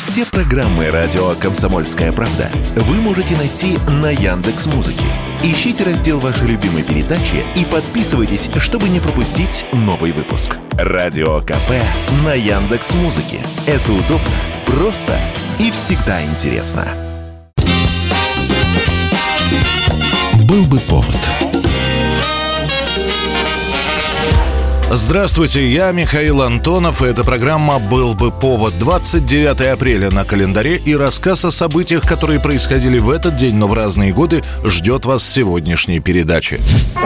Все программы радио «Комсомольская правда» вы можете найти на Яндекс.Музыке. Ищите раздел вашей любимой передачи и подписывайтесь, чтобы не пропустить новый выпуск. Радио КП на Яндекс.Музыке. Это удобно, просто и всегда интересно. Был бы повод. Здравствуйте, я Михаил Антонов, и эта программа «Был бы повод». 29 апреля на календаре, и рассказ о событиях, которые происходили в этот день, но в разные годы, ждет вас в сегодняшней передаче.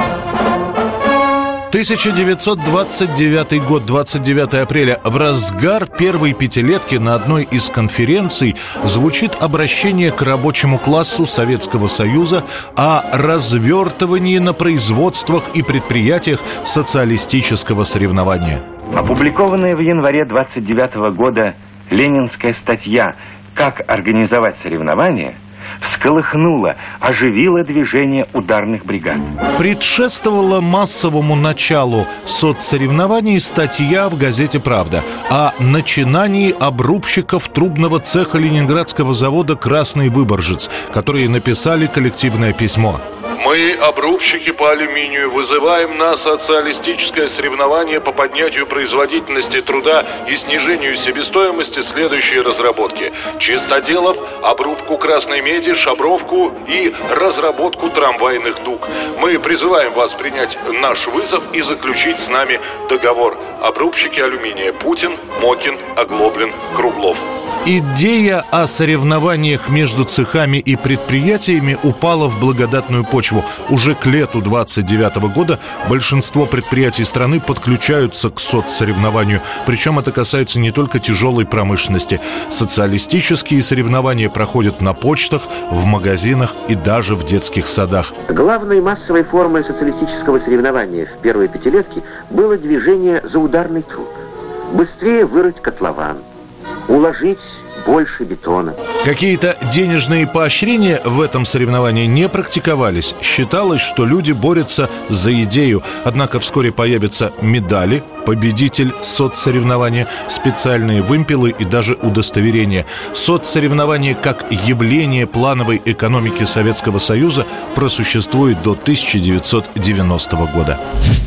1929 год, 29 апреля. В разгар первой пятилетки на одной из конференций звучит обращение к рабочему классу Советского Союза о развертывании на производствах и предприятиях социалистического соревнования. Опубликованная в январе 29 года ленинская статья «Как организовать соревнования» всколыхнула, оживила движение ударных бригад. Предшествовала массовому началу соцсоревнований статья в газете «Правда» о начинании обрубщиков трубного цеха Ленинградского завода «Красный Выборжец», которые написали коллективное письмо. Мы, обрубщики по алюминию, вызываем на социалистическое соревнование по поднятию производительности труда и снижению себестоимости следующие разработки: чистоделов, обрубку красной меди, шабровку и разработку трамвайных дуг. Мы призываем вас принять наш вызов и заключить с нами договор. Обрубщики алюминия: Путин, Мокин, Оглоблин, Круглов. Идея о соревнованиях между цехами и предприятиями упала в благодатную почву. Уже к лету 29 года большинство предприятий страны подключаются к соцсоревнованию. Причем это касается не только тяжелой промышленности. Социалистические соревнования проходят на почтах, в магазинах и даже в детских садах. Главной массовой формой социалистического соревнования в первой пятилетке было движение за ударный труд. Быстрее вырыть котлован, уложить больше бетона. Какие-то денежные поощрения в этом соревновании не практиковались. Считалось, что люди борются за идею. Однако вскоре появятся медали, победитель соцсоревнования, специальные вымпелы и даже удостоверения. Соцсоревнование как явление плановой экономики Советского Союза просуществует до 1990 года.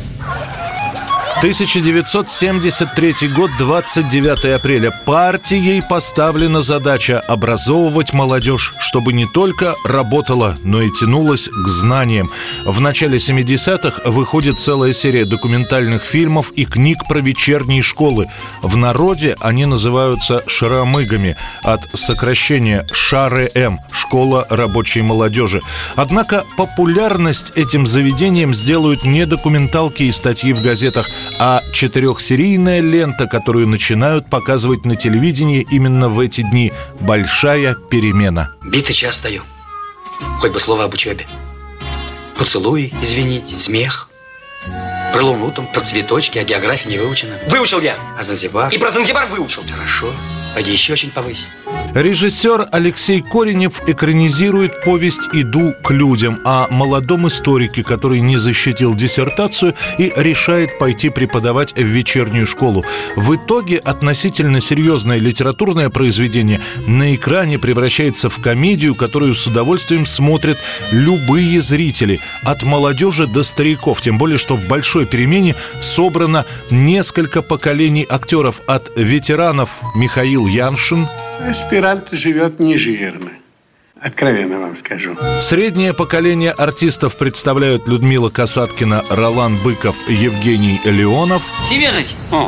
1973 год, 29 апреля. Партией поставлена задача образовывать молодежь, чтобы не только работала, но и тянулась к знаниям. В начале 70-х выходит целая серия документальных фильмов и книг про вечерние школы. В народе они называются «шаромыгами», от сокращения ШРМ – «Школа рабочей молодежи». Однако популярность этим заведениям сделают не документалки и статьи в газетах, а 4-серийная лента, которую начинают показывать на телевидении именно в эти дни. «Большая перемена». Битый час стою. Хоть бы слово об учебе. Поцелуй, извините, смех. Про Луну там, про цветочки, а география не выучена. Выучил я. А Занзибар? И про Занзибар выучил. Хорошо. Пойди еще очень повысь. Режиссер Алексей Коренев экранизирует повесть «Иду к людям» о молодом историке, который не защитил диссертацию и решает пойти преподавать в вечернюю школу. В итоге относительно серьезное литературное произведение на экране превращается в комедию, которую с удовольствием смотрят любые зрители, от молодежи до стариков. Тем более, что в «Большой перемене» собрано несколько поколений актеров, от ветеранов Михаил Яншин. Аспирант живет нежирно, откровенно вам скажу. Среднее поколение артистов представляют Людмила Касаткина, Ролан Быков, Евгений Леонов. Семенович!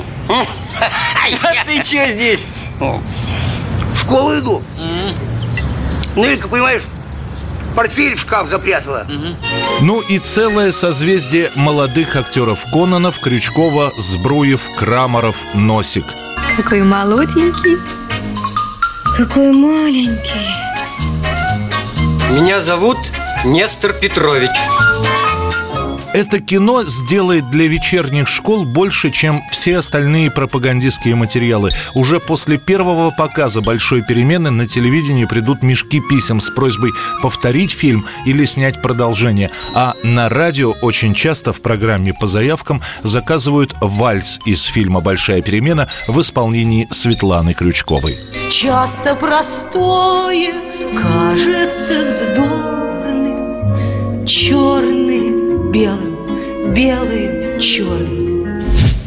Ты че здесь? В школу иду. Нелька, понимаешь, портфель в шкаф запрятала. Ну и целое созвездие молодых актеров: Кононов, Крючкова, Збруев, Крамаров, Носик. Какой молоденький. Какой маленький. Меня зовут Нестор Петрович. Это кино сделает для вечерних школ больше, чем все остальные пропагандистские материалы. Уже после первого показа «Большой перемены» на телевидении придут мешки писем с просьбой повторить фильм или снять продолжение. А на радио очень часто в программе по заявкам заказывают вальс из фильма «Большая перемена» в исполнении Светланы Крючковой. Часто простое кажется вздорным, черным белым, белым черным.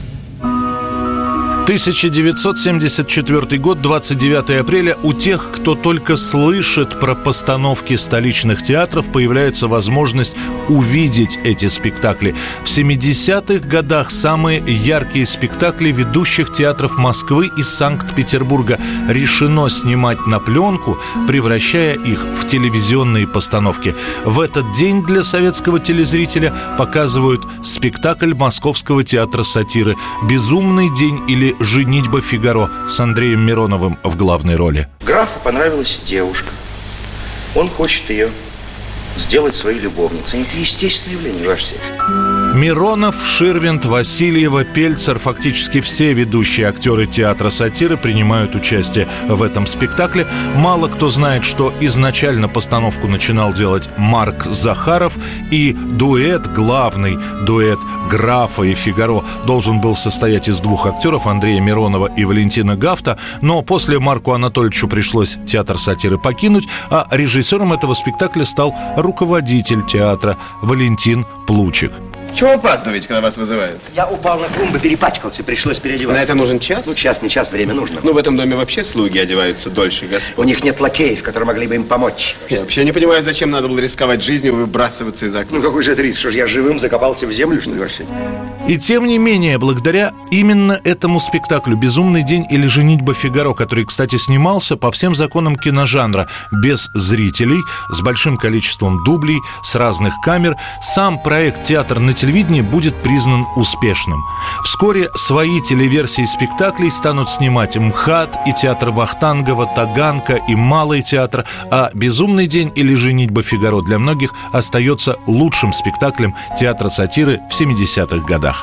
1974 год, 29 апреля. У тех, кто только слышит про постановки столичных театров, появляется возможность увидеть эти спектакли. В 70-х годах самые яркие спектакли ведущих театров Москвы и Санкт-Петербурга решено снимать на пленку, превращая их в телевизионные постановки. В этот день для советского телезрителя показывают спектакль Московского театра сатиры «Безумный день» или «Женитьба Фигаро» с Андреем Мироновым в главной роли. Графу понравилась девушка. Он хочет ее сделать своей любовницей. Это естественное явление, ваше сиятельство. Миронов, Ширвинд, Васильева, Пельцер, фактически все ведущие актеры театра сатиры принимают участие в этом спектакле. Мало кто знает, что изначально постановку начинал делать Марк Захаров, и главный дуэт графа и Фигаро должен был состоять из двух актеров, Андрея Миронова и Валентина Гафта, но после Марку Анатольевичу пришлось театр сатиры покинуть, а режиссером этого спектакля стал руководитель театра Валентин Плучик. Чего вы празднуете, когда вас вызывают? Я упал на клумбу, перепачкался, пришлось переодеваться. На это нужен час? Ну, час, не час, время нужно. Ну, в этом доме вообще слуги одеваются дольше господ. У них нет лакеев, которые могли бы им помочь. Я вообще не понимаю, зачем надо было рисковать жизнью и выбрасываться из окна. Ну, какой же это риск? Что ж, я живым закопался в землю, что ли, вообще? И тем не менее, благодаря именно этому спектаклю «Безумный день» или «Женитьба Фигаро», который, кстати, снимался по всем законам киножанра, без зрителей, с большим количеством дублей, с разных камер, сам проект «Театр на телевидении» будет признан успешным. Вскоре свои телеверсии спектаклей станут снимать МХАТ и театр Вахтангова, Таганка и Малый театр, а «Безумный день» или «Женитьба Фигаро» для многих остается лучшим спектаклем театра сатиры в 70-х годах.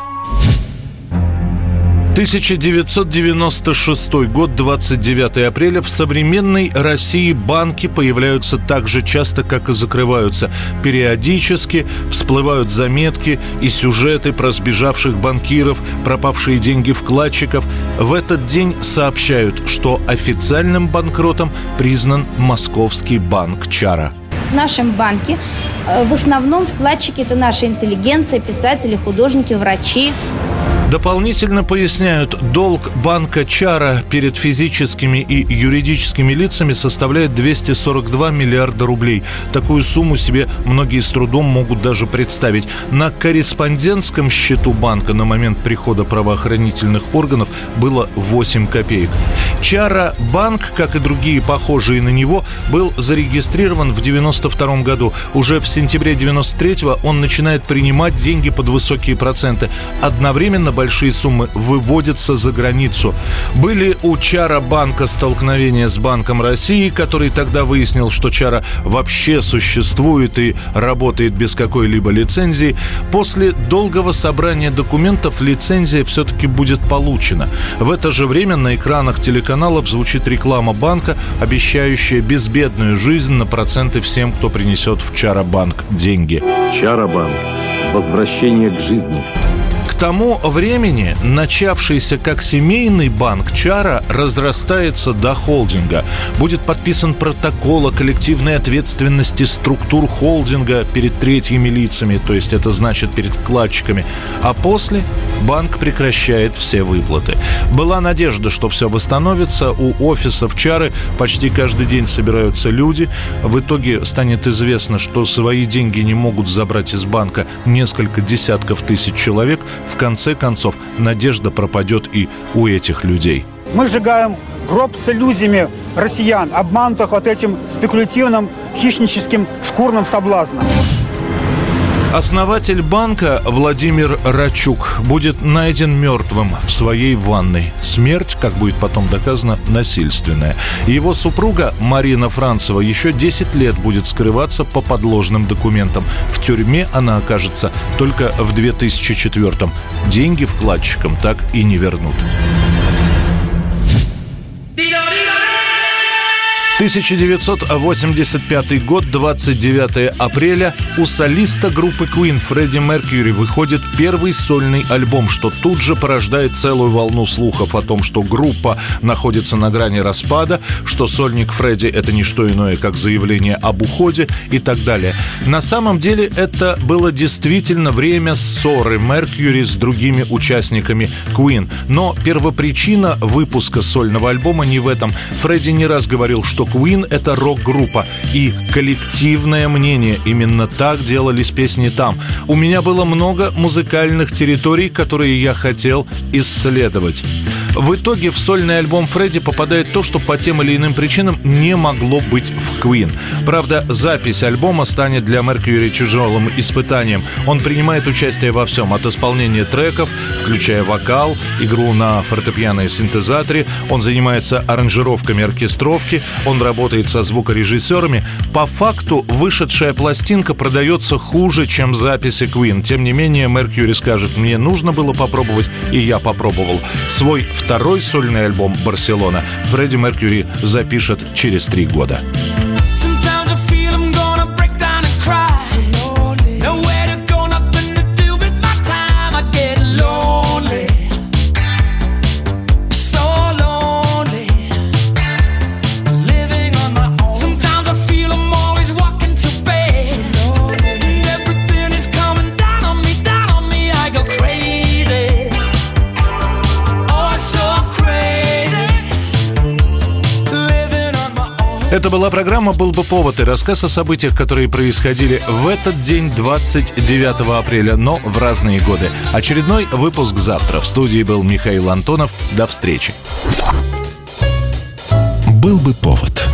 1996 год, 29 апреля. В современной России банки появляются так же часто, как и закрываются. Периодически всплывают заметки и сюжеты про сбежавших банкиров, пропавшие деньги вкладчиков. В этот день сообщают, что официальным банкротом признан Московский банк Чара. В нашем банке в основном вкладчики – это наша интеллигенция, писатели, художники, врачи. Дополнительно поясняют, долг банка Чара перед физическими и юридическими лицами составляет 242 миллиарда рублей. Такую сумму себе многие с трудом могут даже представить. На корреспондентском счету банка на момент прихода правоохранительных органов было 8 копеек. Чара банк, как и другие похожие на него, был зарегистрирован в 1992 году. Уже в сентябре 1993 он начинает принимать деньги под высокие проценты. Одновременно большие суммы выводятся за границу. Были у Чара банка столкновения с Банком России, который тогда выяснил, что Чара вообще существует и работает без какой-либо лицензии. После долгого собрания документов лицензия все-таки будет получена. В это же время на экранах телеканалов звучит реклама банка, обещающая безбедную жизнь на проценты всем, кто принесет в Чара банк деньги. Чара банк. Возвращение к жизни. К тому времени начавшийся как семейный банк Чара разрастается до холдинга. Будет подписан протокол о коллективной ответственности структур холдинга перед третьими лицами, то есть это значит перед вкладчиками. А после банк прекращает все выплаты. Была надежда, что все восстановится. У офисов Чары почти каждый день собираются люди. В итоге станет известно, что свои деньги не могут забрать из банка несколько десятков тысяч человек. В конце концов, надежда пропадет и у этих людей. Мы сжигаем гроб с иллюзиями россиян, обманутых вот этим спекулятивным, хищническим, шкурным соблазном. Основатель банка Владимир Рачук будет найден мертвым в своей ванной. Смерть, как будет потом доказано, насильственная. Его супруга Марина Францева еще 10 лет будет скрываться по подложным документам. В тюрьме она окажется только в 2004-м. Деньги вкладчикам так и не вернут. 1985 год, 29 апреля. У солиста группы Queen Фредди Меркьюри выходит первый сольный альбом, что тут же порождает целую волну слухов о том, что группа находится на грани распада, что сольник Фредди — это не что иное, как заявление об уходе и так далее. На самом деле это было действительно время ссоры Меркьюри с другими участниками Queen. Но первопричина выпуска сольного альбома не в этом. Фредди не раз говорил, что Queen — это рок-группа, и коллективное мнение. Именно так делались песни там. У меня было много музыкальных территорий, которые я хотел исследовать. В итоге в сольный альбом Фредди попадает то, что по тем или иным причинам не могло быть в Queen. Правда, запись альбома станет для Меркьюри тяжелым испытанием. Он принимает участие во всем, от исполнения треков, включая вокал, игру на фортепиано и синтезаторе. Он занимается аранжировками оркестровки, он работает со звукорежиссерами. По факту вышедшая пластинка продается хуже, чем записи Queen. Тем не менее, Меркьюри скажет: мне нужно было попробовать, и я попробовал. Свой второй сольный альбом «Барселона» Фредди Меркьюри запишет через 3 года. Это была программа «Был бы повод» и рассказ о событиях, которые происходили в этот день, 29 апреля, но в разные годы. Очередной выпуск завтра. В студии был Михаил Антонов. До встречи. «Был бы повод».